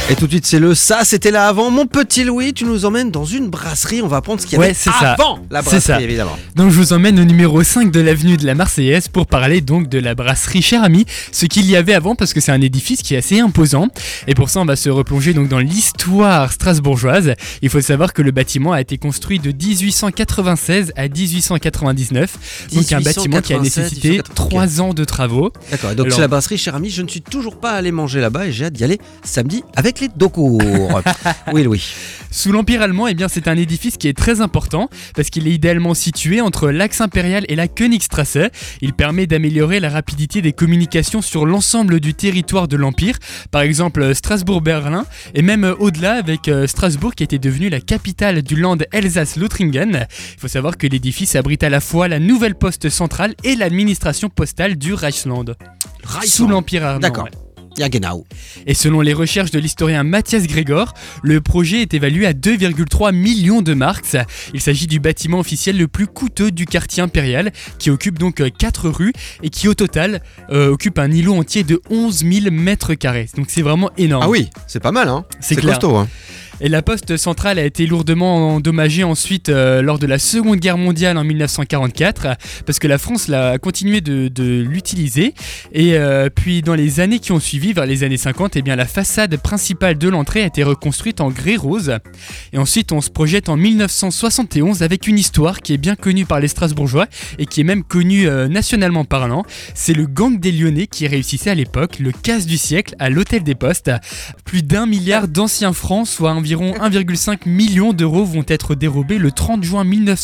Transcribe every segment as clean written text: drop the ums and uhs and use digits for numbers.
Et tout de suite, c'est ça, c'était là avant. Mon petit Louis, tu nous emmènes dans une brasserie. On va apprendre ce qu'il y avait avant la brasserie, évidemment. Donc je vous emmène au numéro 5 de l'avenue de la Marseillaise pour parler donc de la brasserie Cher Ami, ce qu'il y avait avant parce que c'est un édifice qui est assez imposant. Et pour ça, on va se replonger donc dans l'histoire strasbourgeoise. Il faut savoir que le bâtiment a été construit de 1896 à 1899. Donc un bâtiment qui a nécessité 3 ans de travaux. D'accord, donc c'est la brasserie Cher Ami. Je ne suis toujours pas allé manger là-bas et j'ai hâte d'y aller samedi avec les deux cours. Oui, Louis. Sous l'Empire allemand, c'est un édifice qui est très important parce qu'il est idéalement situé entre l'Axe impérial et la Königstrasse. Il permet d'améliorer la rapidité des communications sur l'ensemble du territoire de l'Empire, par exemple Strasbourg-Berlin et même au-delà avec Strasbourg qui était devenue la capitale du Land Elsass-Lothringen. Il faut savoir que l'édifice abrite à la fois la nouvelle poste centrale et l'administration postale du Reichsland. Sous l'Empire allemand. D'accord. Ja, genau. Et selon les recherches de l'historien Matthias Gregor, le projet est évalué à 2,3 millions de marks. Il s'agit du bâtiment officiel le plus coûteux du quartier impérial, qui occupe donc 4 rues et qui au total occupe un îlot entier de 11 000 mètres carrés. Donc c'est vraiment énorme. Ah oui, c'est pas mal, hein. C'est costaud, hein. Et la poste centrale a été lourdement endommagée ensuite lors de la Seconde Guerre mondiale en 1944 parce que la France a continué de l'utiliser et puis dans les années qui ont suivi, vers les années 50, la façade principale de l'entrée a été reconstruite en grès rose et ensuite on se projette en 1971 avec une histoire qui est bien connue par les Strasbourgeois et qui est même connue nationalement parlant. C'est le gang des Lyonnais qui réussissait à l'époque le casse du siècle à l'hôtel des Postes. Plus d'1 milliard d'anciens francs, soit environ 1,5 million d'euros vont être dérobés le 30 juin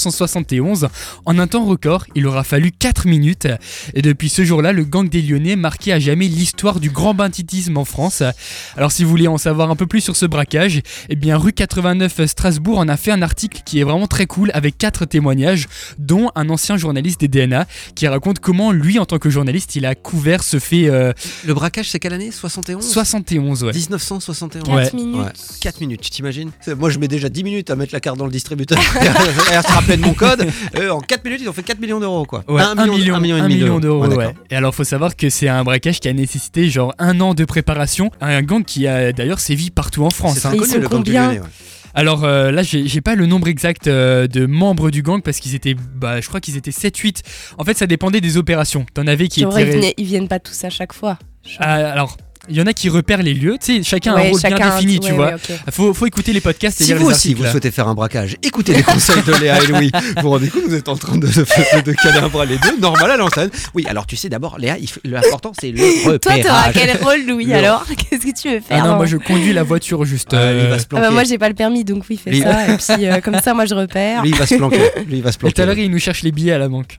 1971. En un temps record, il aura fallu 4 minutes. Et depuis ce jour-là, le gang des Lyonnais marquait à jamais l'histoire du grand banditisme en France. Alors si vous voulez en savoir un peu plus sur ce braquage, rue 89 Strasbourg en a fait un article qui est vraiment très cool avec 4 témoignages, dont un ancien journaliste des DNA qui raconte comment lui, en tant que journaliste, il a couvert ce fait. Le braquage, c'est quelle année ? 71 ? 71, ouais. 1971. 4 minutes. Ouais. 4 minutes, tu t'imagines ? Moi, je mets déjà 10 minutes à mettre la carte dans le distributeur et à se rappeler de mon code. En 4 minutes, ils ont fait 4 millions d'euros, quoi. Ouais, 1 million d'euros, ouais. Et alors, faut savoir que c'est un braquage qui a nécessité genre 1 an de préparation. Un gang qui a d'ailleurs sévi partout en France. C'est inconnu, le gang du Lyonnais, ouais. Alors là, j'ai pas le nombre exact de membres du gang parce qu'ils étaient, je crois qu'ils étaient 7-8. En fait, ça dépendait des opérations. T'en avais qui étaient... Ils viennent pas tous à chaque fois. Alors... Il y en a qui repèrent les lieux, tu sais, chacun a un rôle bien défini, tu vois. Okay. Faut écouter les podcasts et lire les articles. Si vous souhaitez faire un braquage, écoutez les conseils de Léa et Louis. Vous vous rendez compte, vous êtes en train de caler un bras les deux, normal à l'antenne. Oui, alors tu sais d'abord, Léa, l'important c'est le repérage. Toi, t'auras quel rôle, Louis, alors ? Qu'est-ce que tu veux faire ? Ah non, moi je conduis la voiture juste. Il va se planquer. Moi j'ai pas le permis, donc oui, fais ça. Et puis comme ça, moi je repère. Lui, il va se planquer. Et tout à l'heure, il nous cherche les billets à la banque.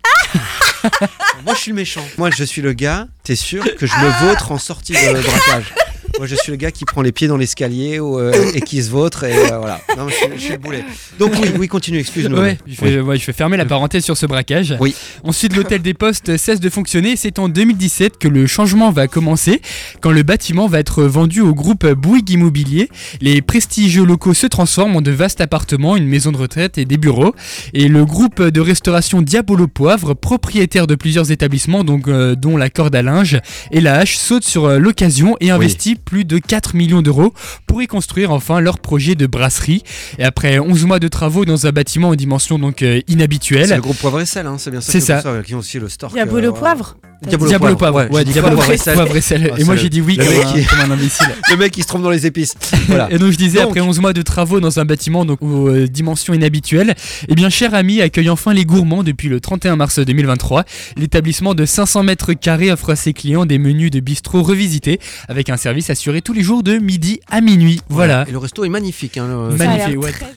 Moi, je suis le méchant. Moi, je suis le gars, t'es sûr que je me vautre en sortie de braquage. Moi, je suis le gars qui prend les pieds dans l'escalier et qui se vautre et voilà. Non, je suis le boulet. Donc oui, continue, excuse-nous. Je vais fermer la parenthèse sur ce braquage. Oui. Ensuite, l'hôtel des Postes cesse de fonctionner. C'est en 2017 que le changement va commencer, quand le bâtiment va être vendu au groupe Bouygues Immobilier. Les prestigieux locaux se transforment en de vastes appartements, une maison de retraite et des bureaux. Et le groupe de restauration Diabolo Poivre, propriétaire de plusieurs établissements, dont la Corde à linge et la Hache, saute sur l'occasion et investit plus de 4 millions d'euros pour y construire enfin leur projet de brasserie. Et après 11 mois de travaux dans un bâtiment en dimension donc inhabituelle. C'est le groupe Poivre et Sel, hein, c'est bien ça. C'est ça. Qui ont aussi le store. Diabolo Poivre. Diabolo Poivre, Diabolo Poivre et Sel. Et moi j'ai dit oui comme un imbécile. Le mec qui se trompe dans les épices. Voilà. Et donc je disais, après 11 mois de travaux dans un bâtiment donc aux dimensions inhabituelles, Cher Ami accueille enfin les gourmands depuis le 31 mars 2023. L'établissement de 500 mètres carrés offre à ses clients des menus de bistrot revisités avec un service assuré tous les jours de midi à minuit. Voilà. Et le resto est magnifique. Magnifique, ouais.